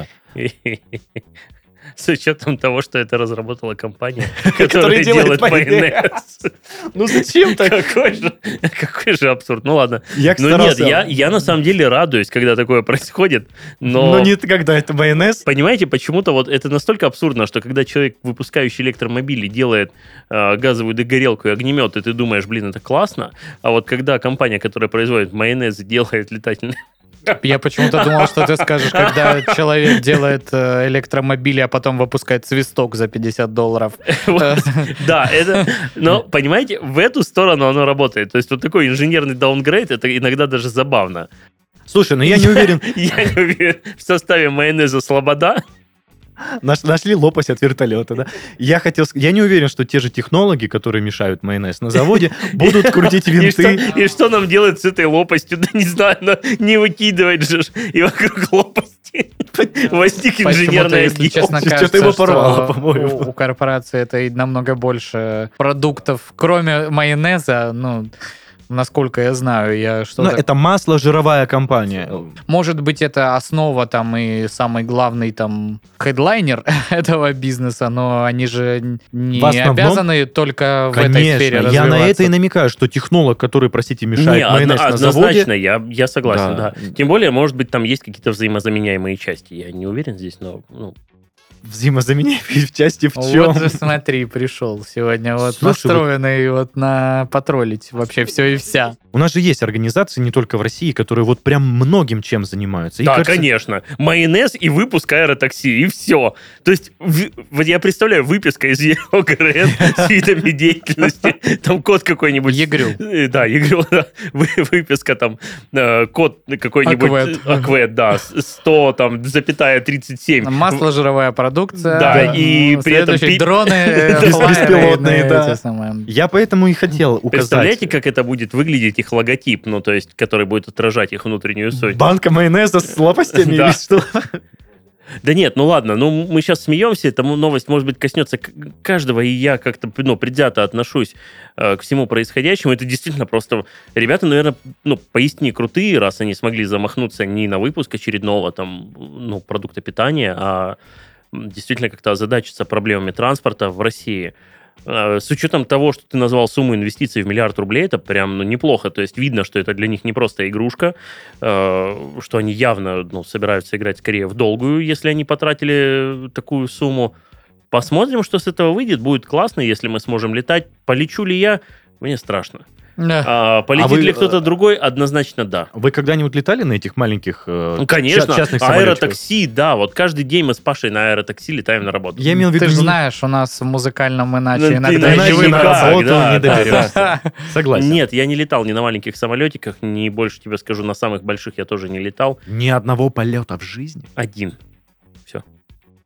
С учетом того, что это разработала компания, Которая которая делает делает майонез. Ну зачем так? Какой же, какой же абсурд. Ну ладно. Я Ну нет, старался- я, я на самом деле радуюсь, когда такое происходит, но... Но не когда это майонез. Понимаете, почему-то вот это настолько абсурдно, что когда человек, выпускающий электромобили, делает э, газовую догорелку и огнемет, и ты думаешь, блин, это классно, а вот когда компания, которая производит майонез, делает летательные... Я почему-то думал, что ты скажешь, когда человек делает э, электромобили, а потом выпускает свисток за пятьдесят долларов. Вот. Да, это... Но, понимаете, в эту сторону оно работает. То есть вот такой инженерный даунгрейд, это иногда даже забавно. Слушай, ну я не уверен, Я не уверен, в составе майонеза «Слобода». Наш- нашли лопасть от вертолета, да? Я хотел сказать, я не уверен, что те же технологи, которые мешают майонез на заводе, будут крутить И что, винты. и что нам делать с этой лопастью? Да не знаю, но не выкидывать же ж. И вокруг лопасти возник Почему-то, инженерный если отдел. честно, Что-то кажется, его что порвало, по-моему. у, у корпорации это и намного больше продуктов, кроме майонеза, ну, насколько я знаю, я Но что-то... это масло-жировая компания. Может быть, это основа там и самый главный там хедлайнер этого бизнеса, но они же не В основном, обязаны только в этой сфере Конечно, я на развиваться. это и намекаю, что технолог, который, простите, мешает Не, майонез одно- на заводе... однозначно, я, я согласен, да. Да. Тем более, может быть, там есть какие-то взаимозаменяемые части. Я не уверен здесь, но... Ну, Взаимозаменяемые в части в чем? Вот же смотри, пришел сегодня вот Слушай, вот- настроенный вот на потроллить вообще все и вся. У нас же есть организации не только в России, которые вот прям многим чем занимаются. И да, кажется, конечно. Майонез и выпуск аэротакси, и все. То есть, в- вот я представляю, выписка из ЕОГРН с видами деятельности. Там код какой-нибудь. Егрю. Э, Да, ЕГРЮ, да. Вы- Выписка там, э, код какой-нибудь. Аквэд. Аквэд, да. с- сто, там, запятая тридцать семь. Масло, жировая продукция. Да, Ну, и при этом следующий пи- дроны, э, Бес- флайеры, беспилотные, э, да. эти самые. Я поэтому и хотел указать. Представляете, как это будет выглядеть их логотип, ну, то есть, который будет отражать их внутреннюю суть? Банка майонеза с лопастями Да. или что? Да нет, ну ладно, ну мы сейчас смеемся, эта новость, может быть, коснется к- каждого, и я как-то, ну, предвзято отношусь э, к всему происходящему. Это действительно просто... Ребята, наверное, ну, поистине крутые, раз они смогли замахнуться не на выпуск очередного там, ну, продукта питания, а м, действительно как-то озадачиться проблемами транспорта в России. Э, С учетом того, что ты назвал сумму инвестиций в миллиард рублей, это прям ну, неплохо. То есть видно, что это для них не просто игрушка, э, что они явно ну, собираются играть скорее в долгую, если они потратили такую сумму. Посмотрим, что с этого выйдет. Будет классно, если мы сможем летать. Полечу ли я? Мне страшно. Да. А полетит А вы, ли кто-то э, другой? Однозначно да. Вы когда-нибудь летали на этих маленьких э, Ну, конечно, ча- частных самолетиках? аэротакси, да. Вот каждый день мы с Пашей на аэротакси летаем на работу. Я имел в виду... Ты же не- знаешь, у нас в музыкальном иначе Ну, ты иногда иначе не Иначе на никак, работу да, не да, доберешься. Согласен. Нет, я не летал ни на маленьких самолетиках, ни больше тебе скажу, на самых больших я тоже не летал. Ни одного полета в жизни. Один. Все.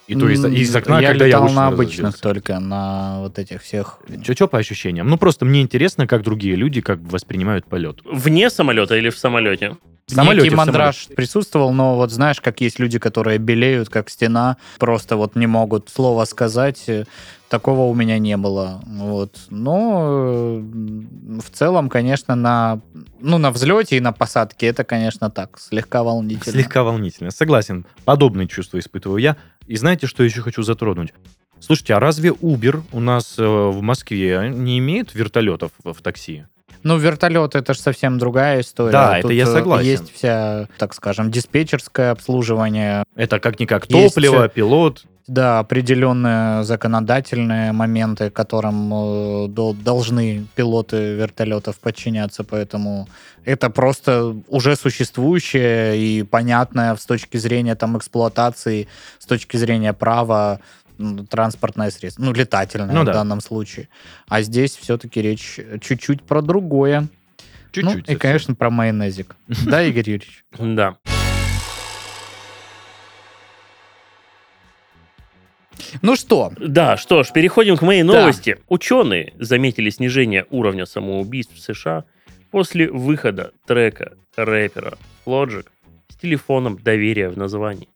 И то из, М, из окна, я когда я летал вышел, на разбился. обычных только, на вот этих всех. Че по ощущениям? Ну, просто мне интересно, как другие люди как бы воспринимают полет. Вне самолета или в самолете? В самолете, Некий в мандраж присутствовал, но вот знаешь, как есть люди, которые белеют, как стена, просто вот не могут слова сказать. э, Такого у меня не было. Вот. Но э, в целом, конечно, на, ну, на взлете и на посадке это, конечно, так, слегка волнительно. Слегка волнительно. Согласен. Подобные чувства испытываю я. И знаете, что еще хочу затронуть? Слушайте, а разве Uber у нас э, в Москве не имеет вертолетов в, в такси? Ну, вертолет это же совсем другая история. Да, это Тут, я э, согласен. Есть вся, так скажем, диспетчерское обслуживание, Это как-никак Есть, топливо, э, пилот. да, определенные законодательные моменты, которым э, дол- должны пилоты вертолетов подчиняться, поэтому это просто уже существующее и понятное с точки зрения там эксплуатации, с точки зрения права м, транспортное средство, ну, летательное Ну в да. данном случае. А здесь все-таки речь чуть-чуть про другое. Чуть-чуть. Ну, и, совсем. конечно, про майонезик. Да, Игорь Юрьевич? Да. Ну что, Да, что ж, переходим к моей Да. новости. Ученые заметили снижение уровня самоубийств в США после выхода трека рэпера Logic с телефоном доверия в названии.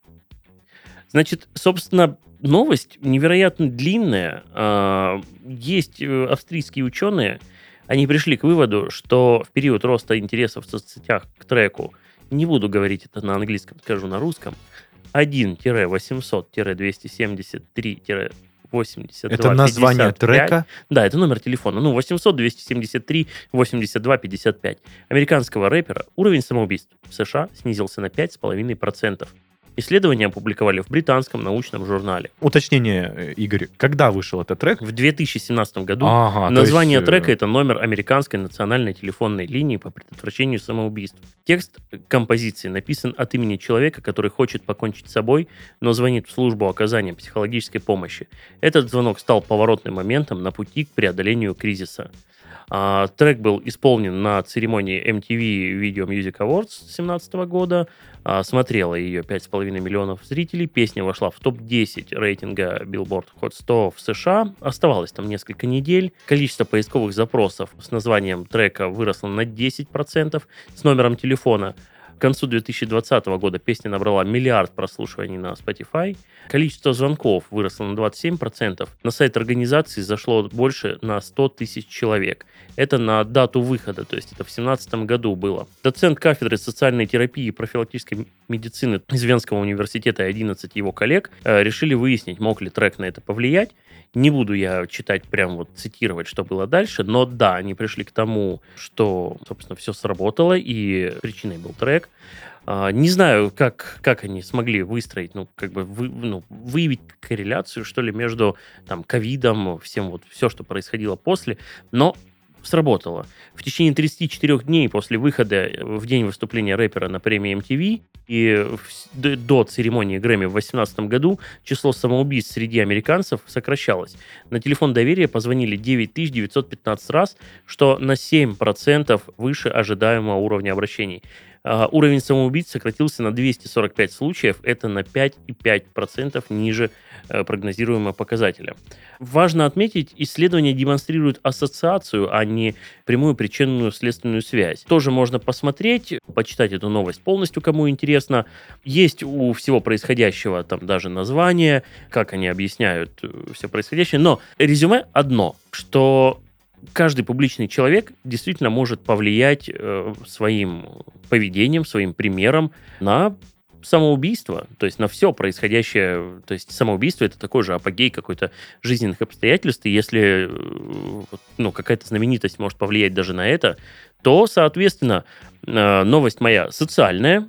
Значит, собственно, новость невероятно длинная. А, Есть э, австрийские ученые, они пришли к выводу, что в период роста интереса в соцсетях к треку, не буду говорить это на английском, скажу на русском, один восемьсот двести семьдесят три восемьдесят два Это название пятьдесят пять. трека. Да, это номер телефона. Ну, восемьсот двести семьдесят три восемьдесят два пятьдесят пять. Американского рэпера уровень самоубийств в США снизился на пять целых пять десятых процента. Исследование опубликовали в британском научном журнале. Уточнение, э, Игорь, когда вышел этот трек? В две тысячи семнадцатом году Ага, то название есть, э, трека — это номер американской национальной телефонной линии по предотвращению самоубийств. Текст композиции написан от имени человека, который хочет покончить с собой, но звонит в службу оказания психологической помощи. Этот звонок стал поворотным моментом на пути к преодолению кризиса. А, трек был исполнен на церемонии эм ти ви Video Music Awards две тысячи семнадцатого года. А, смотрело ее пять с половиной миллионов зрителей. Песня вошла в топ десять рейтинга Billboard Hot сто в США. Оставалось там несколько недель. Количество поисковых запросов с названием трека выросло на десять процентов. С номером телефона к концу две тысячи двадцатого года песня набрала миллиард прослушиваний на Spotify. Количество звонков выросло на двадцать семь процентов. На сайт организации зашло больше на сто тысяч человек. Это на дату выхода, то есть это в две тысячи семнадцатом году было. Доцент кафедры социальной терапии и профилактической медицины из Венского университета и одиннадцать его коллег э, решили выяснить, мог ли трек на это повлиять. Не буду я читать, прям вот цитировать, что было дальше, но да, они пришли к тому, что, собственно, все сработало, и причиной был трек. А, Не знаю, как, как они смогли выстроить, ну, как бы вы, ну, выявить корреляцию, что ли, между там ковидом, всем вот, все, что происходило после, но сработало. В течение тридцати четырёх дней после выхода в день выступления рэпера на премии эм ти ви и в- д- до церемонии Грэмми в две тысячи восемнадцатом году число самоубийств среди американцев сокращалось. На телефон доверия позвонили девять тысяч девятьсот пятнадцать раз, что на семь процентов выше ожидаемого уровня обращений. А, Уровень самоубийств сократился на двести сорок пять случаев, это на пять целых пять десятых процента ниже э, прогнозируемого показателя. Важно отметить, исследования демонстрируют ассоциацию, а не прямую причинную следственную связь. Тоже можно посмотреть, почитать эту новость полностью, кому интересно. Есть у всего происходящего там даже название, как они объясняют все происходящее, но резюме одно, что каждый публичный человек действительно может повлиять э, своим поведением, своим примером на самоубийство, то есть на все происходящее. То есть самоубийство — это такой же апогей какой-то жизненных обстоятельств, и если э, вот, ну, какая-то знаменитость может повлиять даже на это, то, соответственно, э, новость моя социальная,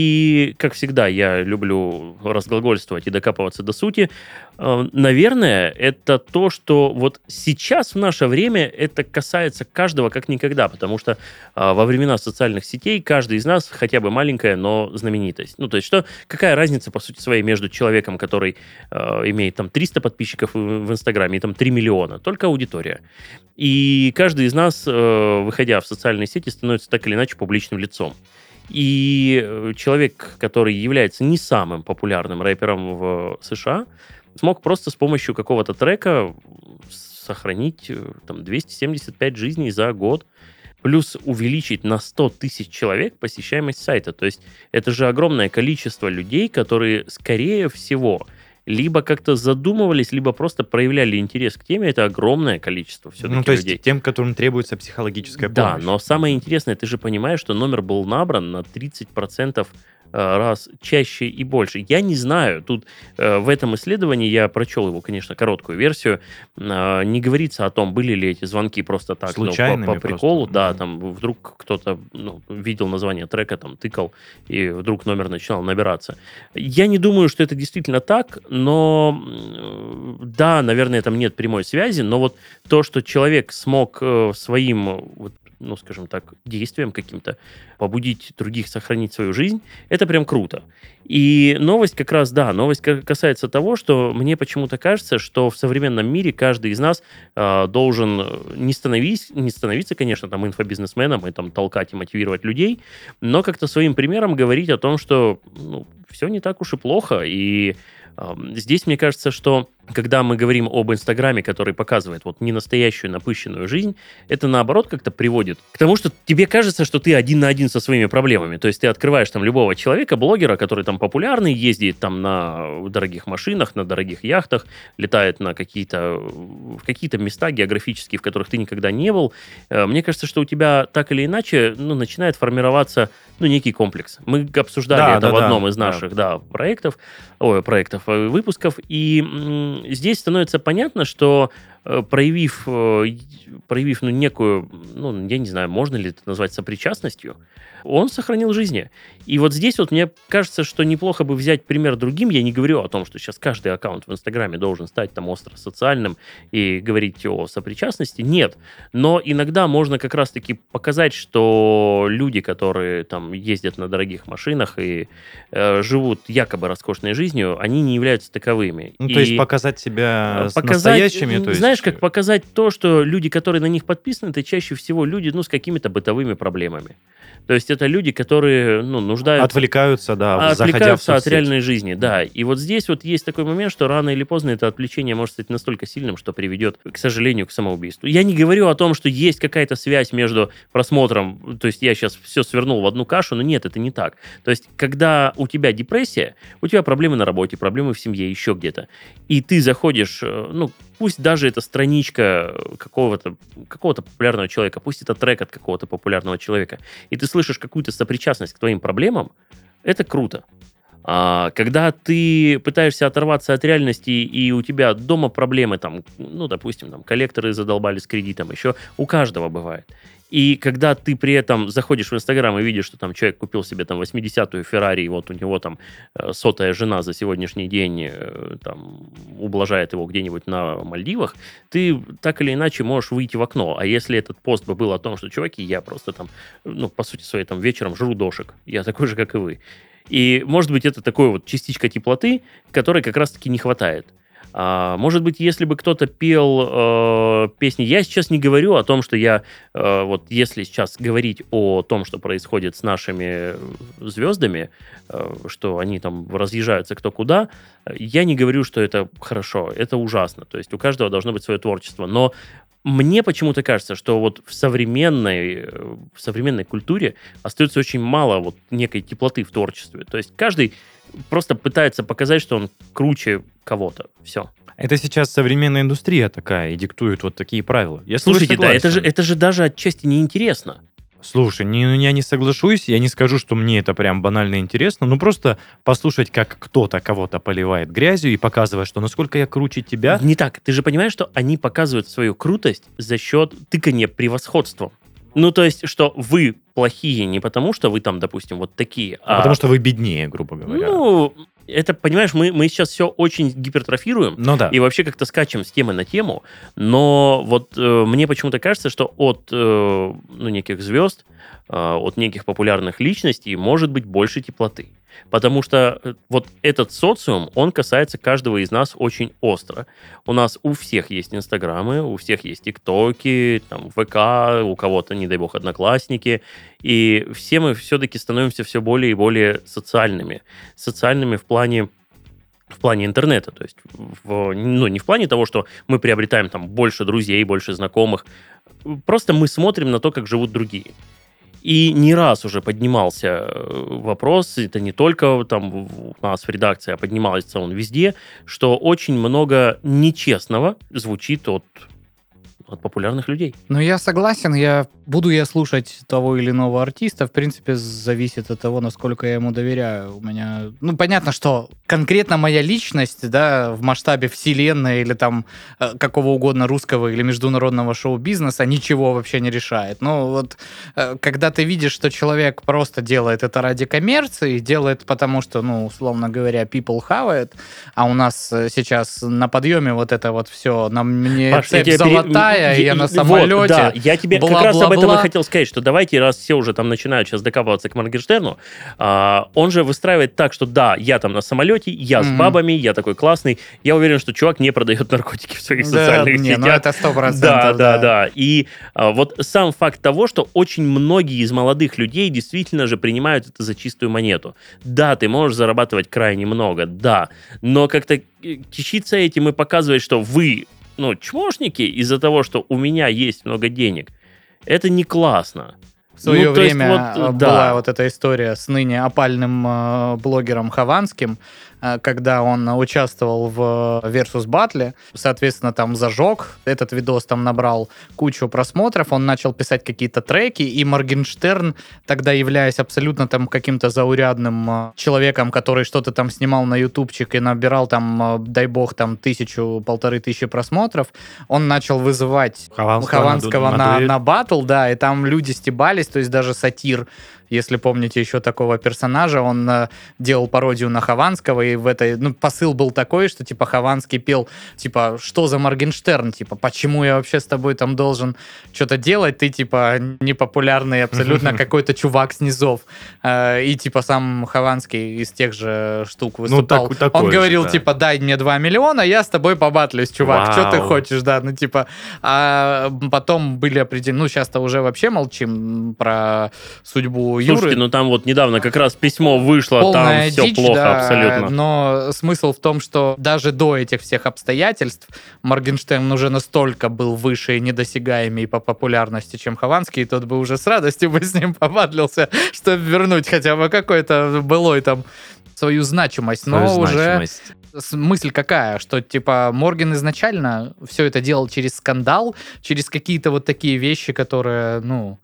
и, как всегда, я люблю разглагольствовать и докапываться до сути. Э, Наверное, это то, что вот сейчас, в наше время, это касается каждого как никогда, потому что э, во времена социальных сетей каждый из нас хотя бы маленькая, но знаменитость. Ну, то есть, что, какая разница, по сути своей, между человеком, который э, имеет там триста подписчиков в, в Инстаграме и там три миллиона? Только аудитория. И каждый из нас, э, выходя в социальные сети, становится так или иначе публичным лицом. И э, человек, который является не самым популярным рэпером в США, смог просто с помощью какого-то трека сохранить там двести семьдесят пять жизней за год, плюс увеличить на сто тысяч человек посещаемость сайта. То есть это же огромное количество людей, которые, скорее всего, либо как-то задумывались, либо просто проявляли интерес к теме. Это огромное количество все-таки Ну, то есть людей. тем, которым требуется психологическая Да, помощь. но самое интересное, ты же понимаешь, что номер был набран на тридцать процентов раз чаще и больше. Я не знаю, тут э, в этом исследовании, я прочел его, конечно, короткую версию, э, не говорится о том, были ли эти звонки просто так, ну, по, по приколу, просто. да, Мгм. там вдруг кто-то ну, видел название трека, там тыкал, и вдруг номер начинал набираться. Я не думаю, что это действительно так, но э, да, наверное, там нет прямой связи, но вот то, что человек смог э, своим э, вот, ну, скажем так, действием каким-то побудить других сохранить свою жизнь, это прям круто. И новость как раз, да, новость касается того, что мне почему-то кажется, что в современном мире каждый из нас э, должен не, становись, не становиться, конечно, там, инфобизнесменом и там толкать и мотивировать людей, но как-то своим примером говорить о том, что ну, все не так уж и плохо. И э, здесь, мне кажется, что когда мы говорим об Инстаграме, который показывает вот ненастоящую напыщенную жизнь, это наоборот как-то приводит к тому, что тебе кажется, что ты один на один со своими проблемами. То есть ты открываешь там любого человека, блогера, который там популярный, ездит там на дорогих машинах, на дорогих яхтах, летает на какие-то, в какие-то места географические, в которых ты никогда не был. Мне кажется, что у тебя так или иначе ну, начинает формироваться ну, некий комплекс. Мы обсуждали Да, это да, в да, одном из да. наших да, проектов, ой, проектов, э, выпусков, и м, здесь становится понятно, что э, проявив, э, проявив ну, некую, ну, я не знаю, можно ли это назвать сопричастностью, он сохранил жизни. И вот здесь вот мне кажется, что неплохо бы взять пример другим. Я не говорю о том, что сейчас каждый аккаунт в Инстаграме должен стать там остро социальным и говорить о сопричастности. Нет. Но иногда можно как раз-таки показать, что люди, которые там ездят на дорогих машинах и э, живут якобы роскошной жизнью, они не являются таковыми. Ну, И то есть показать себя с показать, настоящими, то есть... знаешь, как показать то, что люди, которые на них подписаны, это чаще всего люди, ну, с какими-то бытовыми проблемами. То есть это люди, которые, ну, нуждаются... Отвлекаются, да, заходя в Отвлекаются от соцсети. реальной жизни, да. И вот здесь вот есть такой момент, что рано или поздно это отвлечение может стать настолько сильным, что приведет, к сожалению, к самоубийству. Я не говорю о том, что есть какая-то связь между просмотром, то есть я сейчас все свернул в одну кашу, но нет, это не так. То есть когда у тебя депрессия, у тебя проблемы на работе, проблемы в семье, еще где-то, и ты заходишь, ну, пусть даже это страничка какого-то, какого-то популярного человека, пусть это трек от какого-то популярного человека, и ты слышишь какую-то сопричастность к твоим проблемам, это круто. А когда ты пытаешься оторваться от реальности, и у тебя дома проблемы, там, ну, допустим, там, коллекторы задолбали с кредитом, еще у каждого бывает. И когда ты при этом заходишь в Инстаграм и видишь, что там человек купил себе там восьмидесятую Феррари, и вот у него там э, сотая жена за сегодняшний день э, там ублажает его где-нибудь на Мальдивах, ты так или иначе можешь выйти в окно. А если этот пост бы был о том, что, чуваки, я просто там, ну, по сути своей, там вечером жру дошек, я такой же, как и вы. И, может быть, это такой вот частичка теплоты, которой как раз-таки не хватает. А, может быть, если бы кто-то пел э, песни... Я сейчас не говорю о том, что я... Э, вот если сейчас говорить о том, что происходит с нашими звездами, э, что они там разъезжаются кто куда, я не говорю, что это хорошо, это ужасно. То есть у каждого должно быть свое творчество. Но мне почему-то кажется, что вот в современной, в современной культуре остается очень мало вот некой теплоты в творчестве. То есть каждый просто пытается показать, что он круче кого-то. Все. Это сейчас современная индустрия такая и диктует вот такие правила. Я Слушайте, да, это же, согласен. это же даже отчасти неинтересно. Слушай, не, ну, я не соглашусь, я не скажу, что мне это прям банально интересно, ну просто послушать, как кто-то кого-то поливает грязью и показывает, что насколько я круче тебя. Не так. Ты же понимаешь, что они показывают свою крутость за счет тыкания превосходством. Ну, то есть, что вы плохие не потому, что вы там, допустим, вот такие, А а... потому что вы беднее, грубо говоря. Ну, это, понимаешь, мы, мы сейчас все очень гипертрофируем. Ну да. И вообще как-то скачем с темы на тему, но вот э, мне почему-то кажется, что от э, ну, неких звезд, э, от неких популярных личностей может быть больше теплоты. Потому что э, вот этот социум, он касается каждого из нас очень остро. У нас у всех есть инстаграмы, у всех есть тиктоки, там, ВК, у кого-то, не дай бог, одноклассники. И все мы все-таки становимся все более и более социальными. Социальными в плане в плане интернета, то есть, в, ну, не в плане того, что мы приобретаем там больше друзей, больше знакомых, просто мы смотрим на то, как живут другие. И не раз уже поднимался вопрос, это не только там у нас в редакции, а поднимался он везде, что очень много нечестного звучит от, от популярных людей. Ну, я согласен, я буду я слушать того или иного артиста, в принципе, зависит от того, насколько я ему доверяю. У меня, ну, понятно, что конкретно моя личность, да, в масштабе вселенной или там э, какого угодно русского или международного шоу-бизнеса ничего вообще не решает. Но вот э, когда ты видишь, что человек просто делает это ради коммерции, делает потому, что, ну, условно говоря, people have it, а у нас сейчас на подъеме вот это вот все, на мне Паш, цепь я тебе золотая, пере- я на вот, самолете. да, я тебе как раз об этом и бла-бла-бла. хотел сказать, что давайте, раз все уже там начинают сейчас докапываться к Моргенштерну, а, он же выстраивает так, что да, я там на самолете, я с Мгм. бабами, я такой классный. Я уверен, что чувак не продает наркотики в своих Да, социальных не, сетях. ну это сто Да, процентов. да, да. И а, вот сам факт того, что очень многие из молодых людей действительно же принимают это за чистую монету. Да, ты можешь зарабатывать крайне много, да, но как-то э, кичиться этим и показывать, что вы, ну, чмошники из-за того, что у меня есть много денег, это не классно. В свое Ну, то есть время вот, э, да. была вот эта история с ныне опальным э, блогером Хованским, э, когда он участвовал в Versus Battle, соответственно, там зажег, этот видос там набрал кучу просмотров, он начал писать какие-то треки, и Моргенштерн, тогда являясь абсолютно там каким-то заурядным э, человеком, который что-то там снимал на ютубчик и набирал там, э, дай бог, там тысячу, полторы тысячи просмотров, он начал вызывать Хованского Хованского на ду- на, на дуэль. на батл, да, и там люди стебались, то есть даже Сатир, если помните еще такого персонажа, он э, делал пародию на Хованского, и в этой, ну, посыл был такой, что, типа, Хованский пел, типа, что за Моргенштерн, типа, почему я вообще с тобой там должен что-то делать, ты, типа, непопулярный абсолютно какой-то чувак с низов. Э, и, типа, сам Хованский из тех же штук выступал. так- такой Он же, говорил, да. типа, дай мне два миллиона, я с тобой побатлюсь, чувак, что ты Вау. хочешь, да, ну, типа, а потом были определены, ну, сейчас-то уже вообще молчим про судьбу Юры. Слушайте, ну там вот недавно как раз письмо вышло, Полная там все дичь, плохо да, абсолютно. но смысл в том, что даже до этих всех обстоятельств Моргенштерн уже настолько был выше и недосягаемый по популярности, чем Хованский, и тот бы уже с радостью бы с ним побадлился, чтобы вернуть хотя бы какой-то былой там свою значимость. Но Свою уже значимость. с- мысль какая, что типа Морген изначально все это делал через скандал, через какие-то вот такие вещи, которые, ну,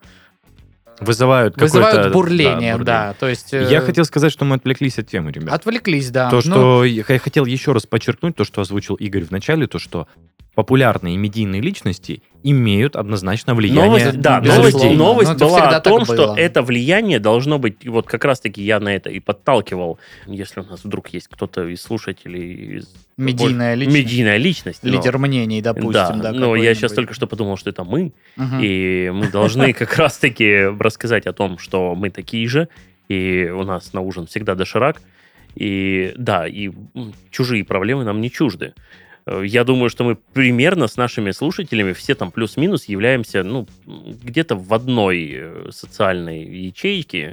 Вызывают, вызывают какое-то- бурление, да, да. То есть э, Я хотел сказать, что мы отвлеклись от темы, ребят. отвлеклись, да. То, Ну, что я х- хотел еще раз подчеркнуть, то, что озвучил Игорь в начале, то, что популярные медийные личности имеют однозначно влияние. Новость, да, безусловно. новость, новость Но это была всегда о том, так что было. это влияние должно быть, вот как раз-таки я на это и подталкивал, если у нас вдруг есть кто-то из слушателей, из- Медийная вот, личность. медийная личность, но- лидер мнений, допустим, да, да. но я сейчас какой-нибудь. только что подумал, что это мы, Мгм. и мы должны как раз-таки рассказать о том, что мы такие же, и у нас на ужин всегда доширак, и да, и м, чужие проблемы нам не чужды. Э, Я думаю, что мы примерно с нашими слушателями все там плюс-минус являемся, ну, м, где-то в одной э, социальной ячейке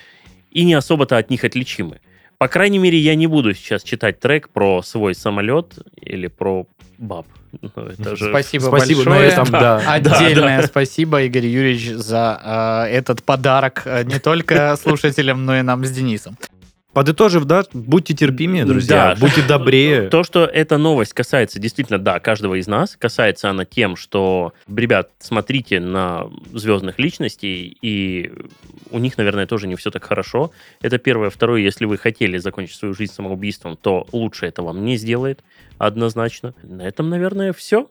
и не особо-то от них отличимы. По крайней мере, я не буду сейчас читать трек про свой самолет или про баб. Ну, это же... Спасибо, Спасибо на большое. этом, да. Отдельное спасибо, Игорь Юрьевич, за э, этот подарок э, не только слушателям, но и нам с Денисом. Подытожив, да, будьте терпимее, друзья, Да. будьте добрее. То, что эта новость касается действительно, да, каждого из нас, касается она тем, что, ребят, смотрите на звездных личностей, и у них, наверное, тоже не все так хорошо. Это первое. Второе, если вы хотели закончить свою жизнь самоубийством, то лучше это вам не сделает, однозначно. На этом, наверное, все.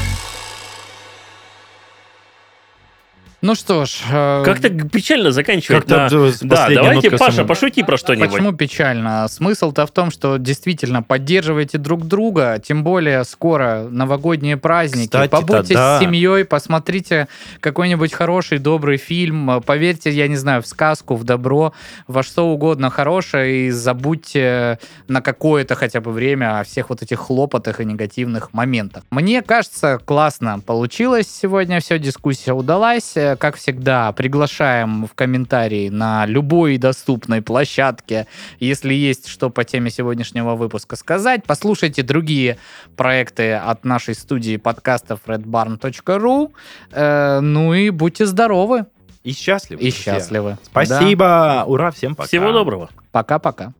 Ну что ж, э, Как-то печально заканчивать. Как-то на- да, с Да, последняя давайте, нотка Паша, само- пошути про что-нибудь. почему печально? Смысл-то в том, что действительно поддерживайте друг друга, тем более скоро новогодние праздники. Кстати-то, Побудьте да. с семьей, посмотрите какой-нибудь хороший, добрый фильм. Поверьте, я не знаю, в сказку, в добро, во что угодно хорошее, и забудьте на какое-то хотя бы время о всех вот этих хлопотах и негативных моментах. Мне кажется, классно получилось сегодня все, дискуссия удалась. И, как всегда, приглашаем в комментарии на любой доступной площадке, если есть что по теме сегодняшнего выпуска сказать. Послушайте другие проекты от нашей студии подкастов red barn точка ru. Э, ну и будьте здоровы. И счастливы. И друзья. счастливы. Спасибо. Да. Ура, всем пока. Всего доброго. Пока-пока.